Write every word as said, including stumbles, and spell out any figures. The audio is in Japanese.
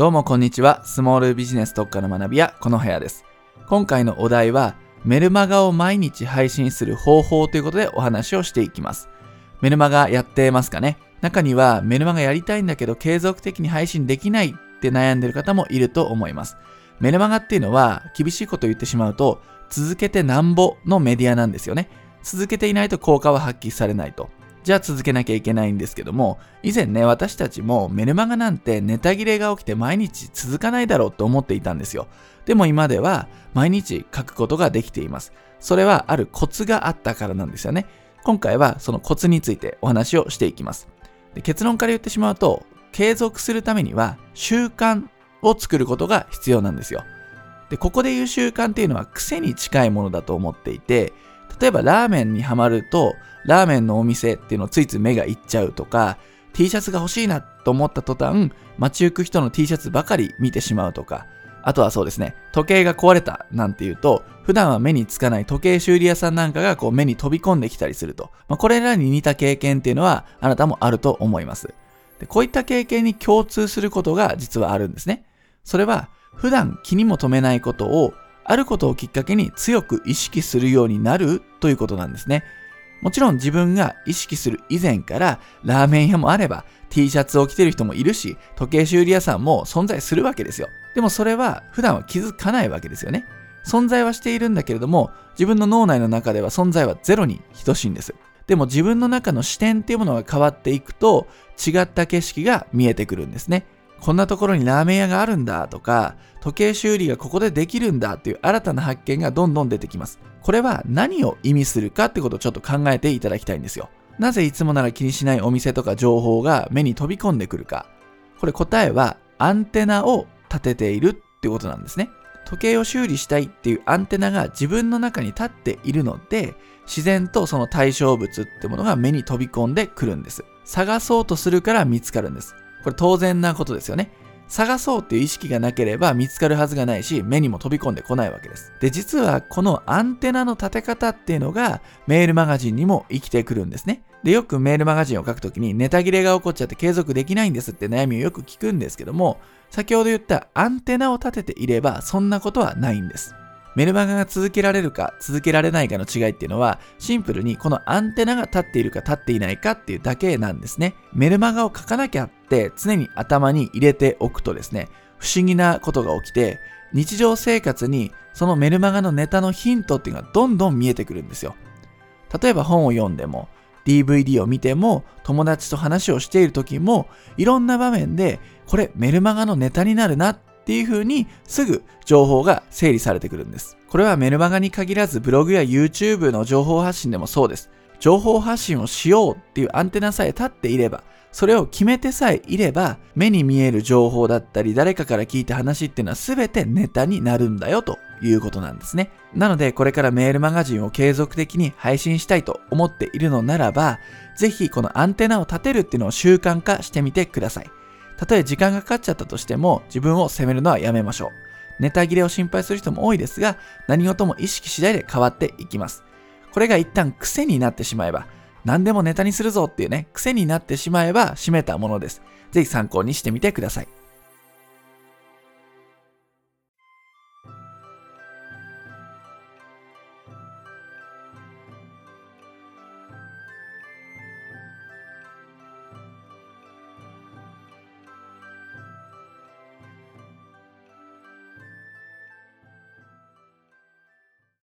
どうもこんにちは。スモールビジネス特化の学び屋、この部屋です。今回のお題は、メルマガを毎日配信する方法ということでお話をしていきます。メルマガやってますかね？中にはメルマガやりたいんだけど継続的に配信できないって悩んでる方もいると思います。メルマガっていうのは厳しいことを言ってしまうと、続けてなんぼのメディアなんですよね。続けていないと効果は発揮されないと。じゃあ続けなきゃいけないんですけども、以前ね、私たちもメルマガなんてネタ切れが起きて毎日続かないだろうと思っていたんですよ。でも今では毎日書くことができています。それはあるコツがあったからなんですよね。今回はそのコツについてお話をしていきます。で、結論から言ってしまうと、継続するためには習慣を作ることが必要なんですよ。で、ここで言う習慣っていうのは癖に近いものだと思っていて、例えばラーメンにハマると、ラーメンのお店っていうのをついつい目がいっちゃうとか、T シャツが欲しいなと思った途端、街行く人の T シャツばかり見てしまうとか、あとはそうですね、時計が壊れたなんていうと、普段は目につかない時計修理屋さんなんかがこう目に飛び込んできたりすると。まあ、これらに似た経験っていうのはあなたもあると思います。で、こういった経験に共通することが実はあるんですね。それは普段気にも留めないことをあることをきっかけに強く意識するようになるということなんですね。もちろん自分が意識する以前からラーメン屋もあれば T シャツを着てる人もいるし、時計修理屋さんも存在するわけですよ。でもそれは普段は気づかないわけですよね。存在はしているんだけれども、自分の脳内の中では存在はゼロに等しいんです。でも自分の中の視点っていうものが変わっていくと違った景色が見えてくるんですね。こんなところにラーメン屋があるんだとか、時計修理がここでできるんだっていう新たな発見がどんどん出てきます。これは何を意味するかってことをちょっと考えていただきたいんですよ。なぜいつもなら気にしないお店とか情報が目に飛び込んでくるか。これ答えはアンテナを立てているってことなんですね。時計を修理したいっていうアンテナが自分の中に立っているので、自然とその対象物ってものが目に飛び込んでくるんです。探そうとするから見つかるんです。これ当然なことですよね。探そうっていう意識がなければ見つかるはずがないし、目にも飛び込んでこないわけです。で、実はこのアンテナの立て方っていうのがメールマガジンにも生きてくるんですね。で、よくメールマガジンを書くときにネタ切れが起こっちゃって継続できないんですって悩みをよく聞くんですけども、先ほど言ったアンテナを立てていればそんなことはないんです。メルマガが続けられるか続けられないかの違いっていうのはシンプルにこのアンテナが立っているか立っていないかっていうだけなんですね。メルマガを書かなきゃって常に頭に入れておくとですね、不思議なことが起きて日常生活にそのメルマガのネタのヒントっていうのがどんどん見えてくるんですよ。例えば本を読んでも ディーブイディー を見ても友達と話をしている時もいろんな場面でこれメルマガのネタになるなっていう風にすぐ情報が整理されてくるんです。これはメルマガに限らずブログや YouTube の情報発信でもそうです。情報発信をしようっていうアンテナさえ立っていれば、それを決めてさえいれば、目に見える情報だったり誰かから聞いた話っていうのは全てネタになるんだよということなんですね。なのでこれからメールマガジンを継続的に配信したいと思っているのならば、ぜひこのアンテナを立てるっていうのを習慣化してみてください。たとえ時間がかかっちゃったとしても自分を責めるのはやめましょう。ネタ切れを心配する人も多いですが、何事も意識次第で変わっていきます。これが一旦癖になってしまえば、何でもネタにするぞっていうね、癖になってしまえば締めたものです。ぜひ参考にしてみてください。